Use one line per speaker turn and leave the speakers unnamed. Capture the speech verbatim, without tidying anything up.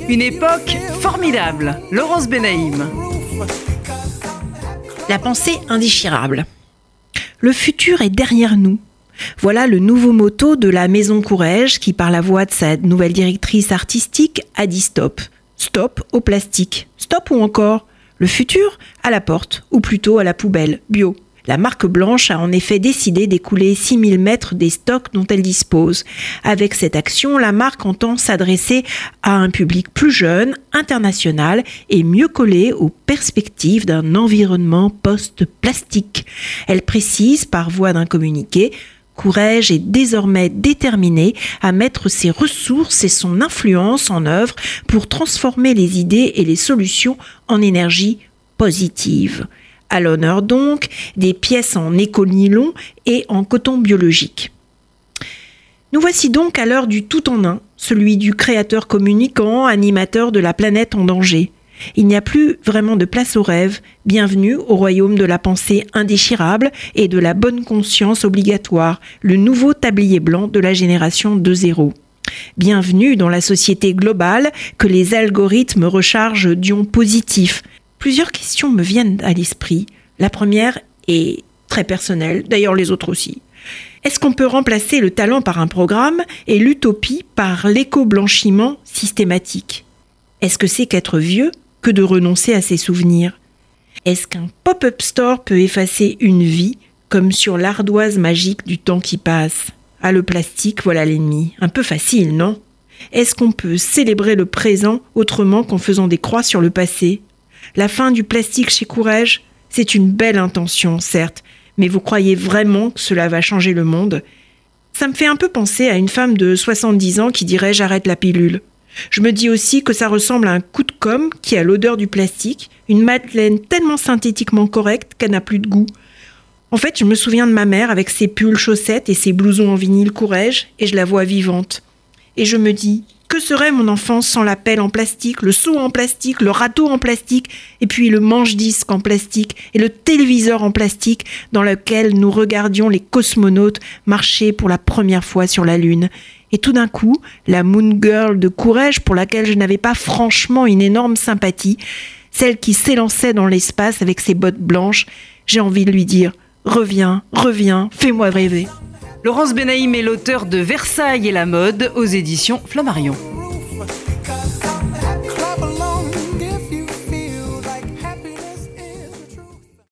Une époque formidable. Laurence Benaïm.
La pensée indéchirable. Le futur est derrière nous. Voilà le nouveau motto de la Maison Courrèges qui, par la voix de sa nouvelle directrice artistique, a dit stop. Stop au plastique. Stop ou encore le futur à la porte, ou plutôt à la poubelle, bio. La marque blanche a en effet décidé d'écouler six mille mètres des stocks dont elle dispose. Avec cette action, la marque entend s'adresser à un public plus jeune, international et mieux collé aux perspectives d'un environnement post-plastique. Elle précise par voie d'un communiqué: Courrèges est désormais déterminé à mettre ses ressources et son influence en œuvre pour transformer les idées et les solutions en énergie positive. À l'honneur donc des pièces en éco-nylon et en coton biologique. Nous voici donc à l'heure du tout en un, celui du créateur communicant, animateur de la planète en danger. Il n'y a plus vraiment de place au rêve. Bienvenue au royaume de la pensée indéchirable et de la bonne conscience obligatoire, le nouveau tablier blanc de la génération deux zéro. Bienvenue dans la société globale que les algorithmes rechargent d'ions positifs. Plusieurs questions me viennent à l'esprit. La première est très personnelle, d'ailleurs les autres aussi. Est-ce qu'on peut remplacer le talent par un programme et l'utopie par l'éco-blanchiment systématique ? Est-ce que c'est qu'être vieux que de renoncer à ses souvenirs ? Est-ce qu'un pop-up store peut effacer une vie comme sur l'ardoise magique du temps qui passe ? Ah, le plastique, voilà l'ennemi. Un peu facile, non ? Est-ce qu'on peut célébrer le présent autrement qu'en faisant des croix sur le passé ? La fin du plastique chez Courrèges, c'est une belle intention, certes, mais vous croyez vraiment que cela va changer le monde ? Ça me fait un peu penser à une femme de soixante-dix ans qui dirait « j'arrête la pilule ». Je me dis aussi que ça ressemble à un coup de com' qui a l'odeur du plastique, une madeleine tellement synthétiquement correcte qu'elle n'a plus de goût. En fait, je me souviens de ma mère avec ses pulls chaussettes et ses blousons en vinyle Courrèges et je la vois vivante. Et je me dis... que serait mon enfance sans la pelle en plastique, le seau en plastique, le râteau en plastique, et puis le manche-disque en plastique, et le téléviseur en plastique dans lequel nous regardions les cosmonautes marcher pour la première fois sur la Lune. Et tout d'un coup, la Moon Girl de Courrèges, pour laquelle je n'avais pas franchement une énorme sympathie, celle qui s'élançait dans l'espace avec ses bottes blanches, j'ai envie de lui dire « Reviens, reviens, fais-moi rêver ».
Laurence Benaïm est l'auteur de Versailles et la mode aux éditions Flammarion.